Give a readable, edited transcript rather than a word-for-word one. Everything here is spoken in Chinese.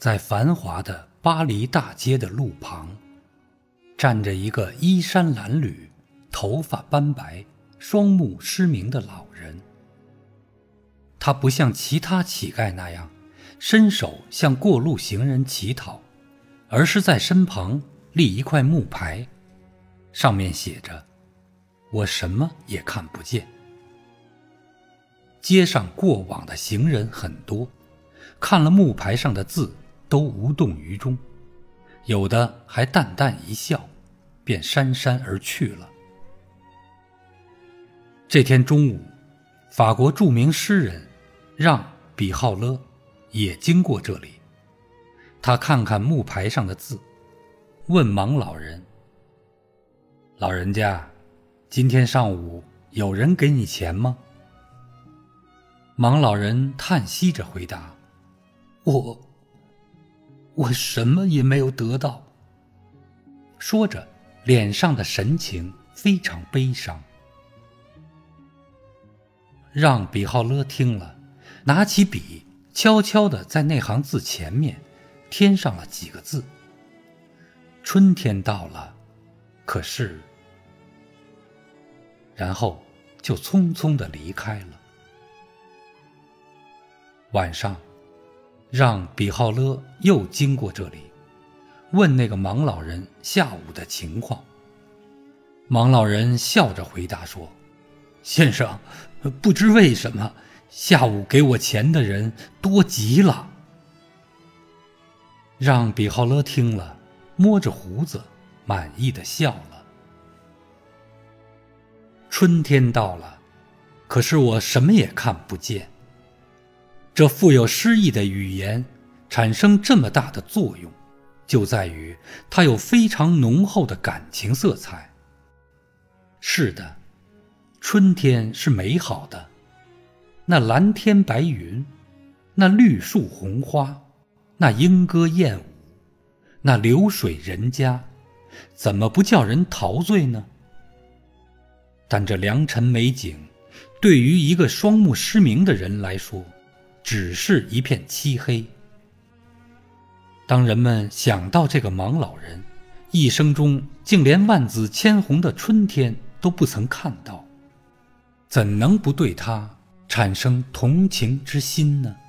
在繁华的巴黎大街的路旁，站着一个衣衫褴褛、头发斑白、双目失明的老人。他不像其他乞丐那样伸手向过路行人乞讨，而是在身旁立一块木牌，上面写着“我什么也看不见”。街上过往的行人很多，看了木牌上的字都无动于衷，有的还淡淡一笑，便姗姗而去了。这天中午，法国著名诗人让·比浩勒也经过这里，他看看木牌上的字，问盲老人：“老人家，今天上午有人给你钱吗？”盲老人叹息着回答：“我什么也没有得到。”说着，脸上的神情非常悲伤。让·比浩勒听了，拿起笔，悄悄地在那行字前面添上了几个字：“春天到了，可是……”然后就匆匆地离开了。晚上，让·比浩勒又经过这里，问那个盲老人下午的情况。盲老人笑着回答说：“先生，不知为什么，下午给我钱的人多极了。”让·比浩勒听了，摸着胡子，满意地笑了。春天到了，可是我什么也看不见。这富有诗意的语言产生这么大的作用，就在于它有非常浓厚的感情色彩。是的，春天是美好的，那蓝天白云，那绿树红花，那莺歌燕舞，那流水人家，怎么不叫人陶醉呢？但这良辰美景，对于一个双目失明的人来说，只是一片漆黑。当人们想到这个盲老人一生中竟连万紫千红的春天都不曾看到，怎能不对他产生同情之心呢？